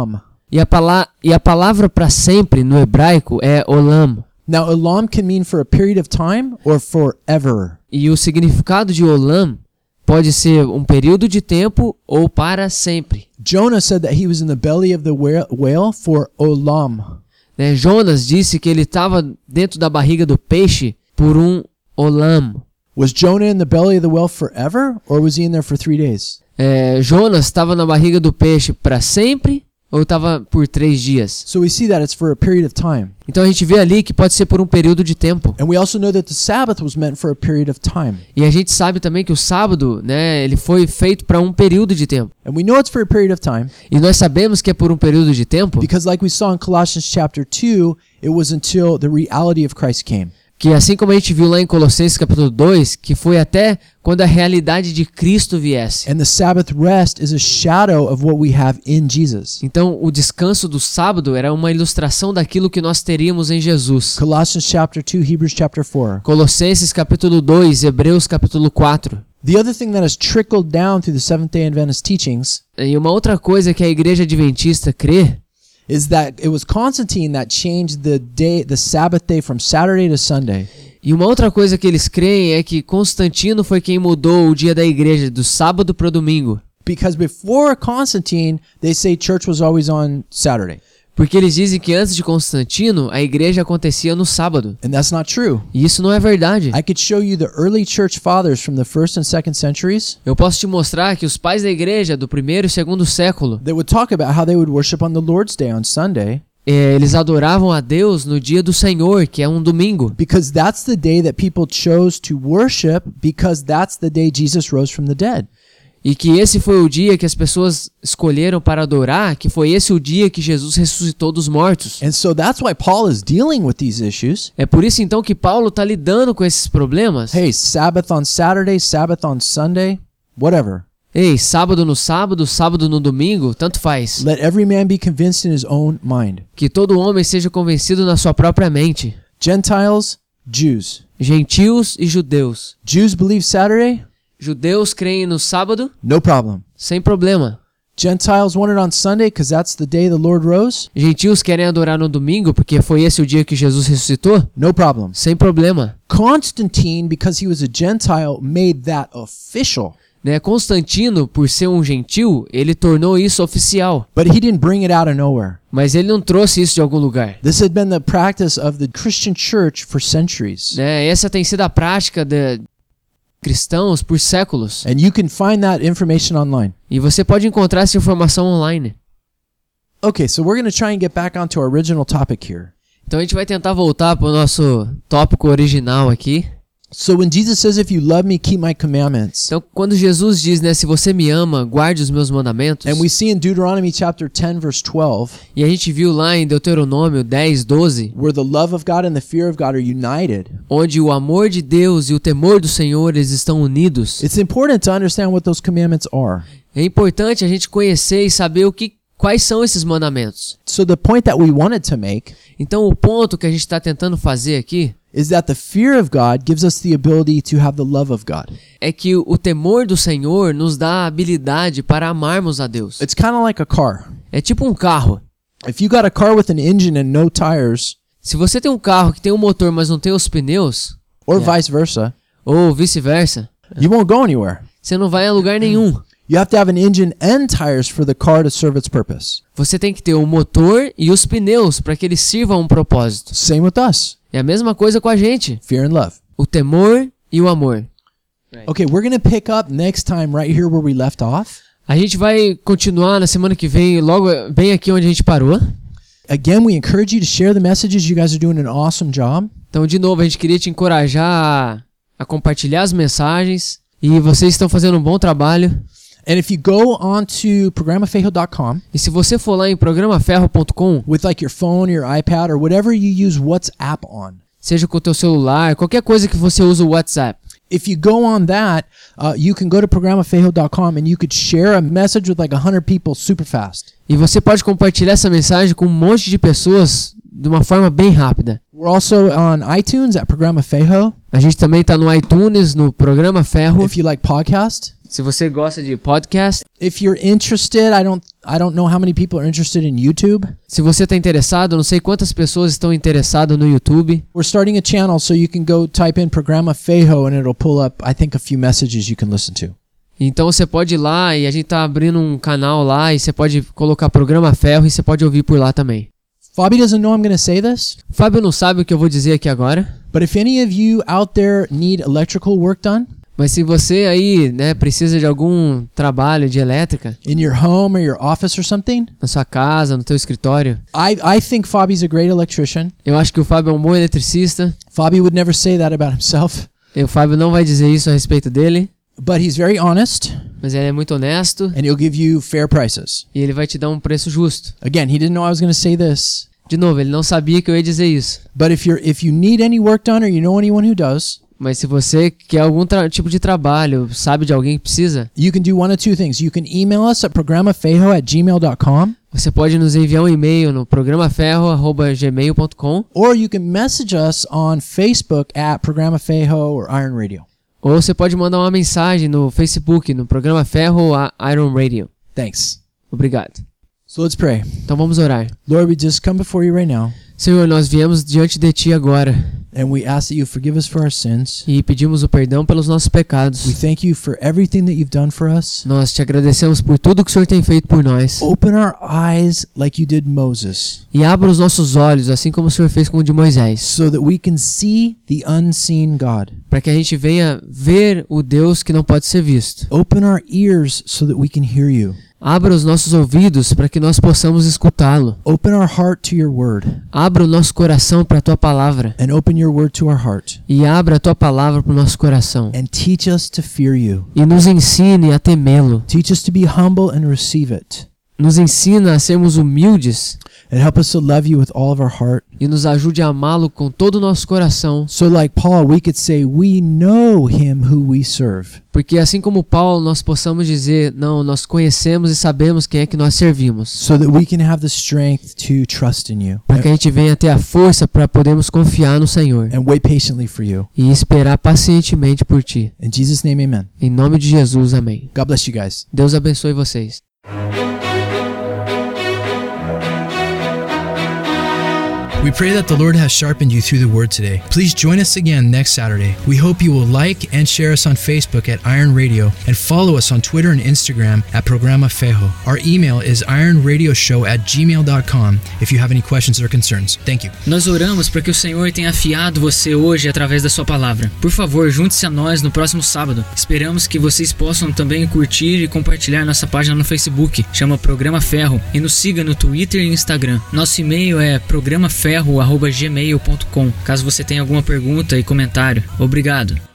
E a palavra para sempre no hebraico é olam. Now, olam can mean for a period of time or forever. E o significado de olam pode ser um período de tempo ou para sempre. Jonah said that he was in the belly of the whale for olam. Né? Jonas disse que ele estava dentro da barriga do peixe por um olam. Was Jonah in the belly of the whale forever, or was he in there for 3 days? Jonas estava na barriga do peixe para sempre ou estava por 3 dias? So we see that it's for a period of time. Então a gente vê ali que pode ser por um período de tempo. And we also know that the Sabbath was meant for a period of time. E a gente sabe também que o sábado, né, ele foi feito para um período de tempo. And we know it's for a period of time E nós sabemos que é por um período de tempo, because like we saw in Colossians chapter 2, it was until the reality of Christ came. que assim como a gente viu lá em Colossenses capítulo 2, que foi até quando a realidade de Cristo viesse. And the Sabbath rest is a shadow of what we have in Jesus. Então, o descanso do sábado era uma ilustração daquilo que nós teríamos em Jesus. Colossians chapter 2, Hebrews chapter 4. Colossenses capítulo 2, Hebreus capítulo 4. The other thing that has trickled down through the Seventh-day Adventist teachings E uma outra coisa que a igreja adventista crê is that it was Constantine that changed the Sabbath day from Saturday to Sunday. E uma outra coisa que eles creem é que Constantino foi quem mudou o dia da igreja do sábado para o domingo. Because before Constantine, they say church was always on Saturday. Porque eles dizem que antes de Constantino, a igreja acontecia no sábado. And that's not true. E isso não é verdade. I could show you the early church fathers from the 1st and 2nd centuries. Eu posso te mostrar que os pais da igreja do 1º e 2º século, They would talk about how they would worship on the Lord's Day on Sunday. Eles adoravam a Deus no dia do Senhor, que é um domingo. Because that's the day that people chose to worship, because that's the day Jesus rose from the dead. E que esse foi o dia que as pessoas escolheram para adorar, que foi esse o dia que Jesus ressuscitou dos mortos. And so that's why Paul is dealing with these issues. É por isso então que Paulo está lidando com esses problemas. Hey, Sabbath on Saturday, Sabbath on Sunday, whatever. Ei, sábado no sábado, sábado no domingo, tanto faz. Let every man be convinced in his own mind. Que todo homem seja convencido na sua própria mente. Gentiles, Jews. Gentios e judeus. Jews believe Saturday? Judeus creem no sábado, No problem. sem problema. Gentiles want it on Sunday because that's the day the Lord rose? Gentios querem adorar no domingo porque foi esse o dia que Jesus ressuscitou? No problem. Sem problema. Constantine, because he was a Gentile, made that official. Né? Constantino, por ser um gentil, ele tornou isso oficial. But he didn't bring it out of nowhere. Mas ele não trouxe isso de algum lugar. This had been the practice of the Christian church for centuries. Né? Essa tem sido a prática de cristãos por séculos. And you can find that information online. E você pode encontrar essa informação online. Okay, so we're going to try and get back onto our original topic here. Então a gente vai tentar voltar para o nosso tópico original aqui. So when Jesus says, if you love me, keep my commandments. Então quando Jesus diz, né, se você me ama, guarde os meus mandamentos. And we see in Deuteronomy chapter 10 verse 12, E a gente viu lá em Deuteronômio 10, 12, where the love of God and the fear of God are united. onde o amor de Deus e o temor do Senhor eles estão unidos. It's important to understand what those commandments are. É importante a gente conhecer e saber quais são esses mandamentos. So the point that we wanted to make Então o ponto que a gente está tentando fazer aqui is that the fear of God gives us the ability to have the love of God. é que o temor do Senhor nos dá a habilidade para amarmos a Deus. It's kind of like a car. É tipo um carro. If you got a car with an engine and no tires, Se você tem um carro que tem um motor, mas não tem os pneus, or vice versa, ou vice-versa, you won't go anywhere. você não vai a lugar nenhum. You have to have an engine and tires for the car to serve its purpose. Você tem que ter o motor e os pneus para que eles sirvam a um propósito. Same with us. É a mesma coisa com a gente. Fear and love. O temor e o amor. Okay, we're going to pick up next time right here where we left off. A gente vai continuar na semana que vem, logo bem aqui onde a gente parou. Again, we encourage you to share the messages. You guys are doing an awesome job. Então, de novo, a gente queria te encorajar a compartilhar as mensagens. E vocês estão fazendo um bom trabalho. And if you go on to programaferro.com E se você for lá em programaferro.com, with like your phone, your iPad, or whatever you use WhatsApp on, seja com o teu celular, qualquer coisa que você use o WhatsApp. if you go on that, you can go to programaferro.com and you could share a message with like 100 people super fast. E você pode compartilhar essa mensagem com um monte de pessoas de uma forma bem rápida. We're also on iTunes at Programa Ferro. A gente também está no iTunes, no Programa Ferro. If you like podcast, Se você gosta de podcast, If you're interested, I don't know how many people are interested in YouTube. se você está interessado, não sei quantas pessoas estão interessadas no YouTube. We're starting a channel, so you can go type in Programa Fejo and it'll pull up, I think, a few messages you can listen to. Então você pode ir lá e a gente tá abrindo um canal lá e você pode colocar Programa Ferro e você pode ouvir por lá também. Fabi doesn't know I'm going to say this, Fábio não sabe o que eu vou dizer aqui agora, but if any of you out there need electrical work done mas se você aí, né, precisa de algum trabalho de elétrica in your home or your office or something, na sua casa, no teu escritório, I think Fabi's a great electrician. eu acho que o Fábio é um bom eletricista. Fabi would never say that about himself, E o Fábio não vai dizer isso a respeito dele, but he's very honest mas ele é muito honesto and he'll give you fair prices. e ele vai te dar um preço justo. Again, he didn't know I was going to say this, De novo, ele não sabia que eu ia dizer isso. but if you need any work done or you know anyone who does, Mas se você quer algum tipo de trabalho, sabe de alguém que precisa, you can do one of two things. You can email us at programafejo@gmail.com, você pode nos enviar um e-mail no programaferro@gmail.com or you can message us on Facebook at Programa Fejo or Iron Radio. ou você pode mandar uma mensagem no Facebook, no Programa Ferro ou Iron Radio. Thanks. Obrigado. So let's pray. Então vamos orar. Lord, we just come before you right now, Senhor, nós viemos diante de Ti agora and we ask that you forgive us for our sins. e pedimos o perdão pelos nossos We pecados. thank you for everything that you've done for us. Nós te agradecemos por tudo que o Senhor tem feito por nós. Open our eyes like you did Moses, E abra os nossos olhos, assim como o Senhor fez com o de Moisés, so that we can see the unseen God. para que a gente venha ver o Deus que não pode ser visto. Open our ears so that we can hear you. Abra os nossos ouvidos para que nós possamos escutá-lo. Open our heart to your word, Abra o nosso coração para a Tua palavra. and open your word to our heart, E abra a Tua palavra para o nosso coração. and teach us to fear you. E nos ensine a temê-lo. Teach us to be humble and receive it, Nos ensina a sermos humildes and help us to love you with all of our heart. e nos ajude a amá-lo com todo o nosso coração. So like Paul, we could say we know him who we serve. Porque assim como Paulo, nós possamos dizer, não, nós conhecemos e sabemos quem é que nós servimos. So that we can have the strength to trust in you Para que a gente venha ter a força para podermos confiar no Senhor and wait patiently for you. e esperar pacientemente por Ti. In Jesus' name, amen. Em nome de Jesus, amém. God bless you guys. Deus abençoe vocês. We pray that the Lord has sharpened you through the word today. Please join us again next Saturday. We hope you will like and share us on Facebook at Iron Radio and follow us on Twitter and Instagram at Programa Fejo. Our email is ironradioshow@gmail.com if you have any questions or concerns. Thank you. Nós oramos para que o Senhor tenha afiado você hoje através da sua palavra. Por favor, junte-se a nós no próximo sábado. Esperamos que vocês possam também curtir e compartilhar nossa página no Facebook, chama Programa Ferro, e nos siga no Twitter e Instagram. Nosso e-mail é programaferro@gmail.com. Caso você tenha alguma pergunta e comentário. Obrigado.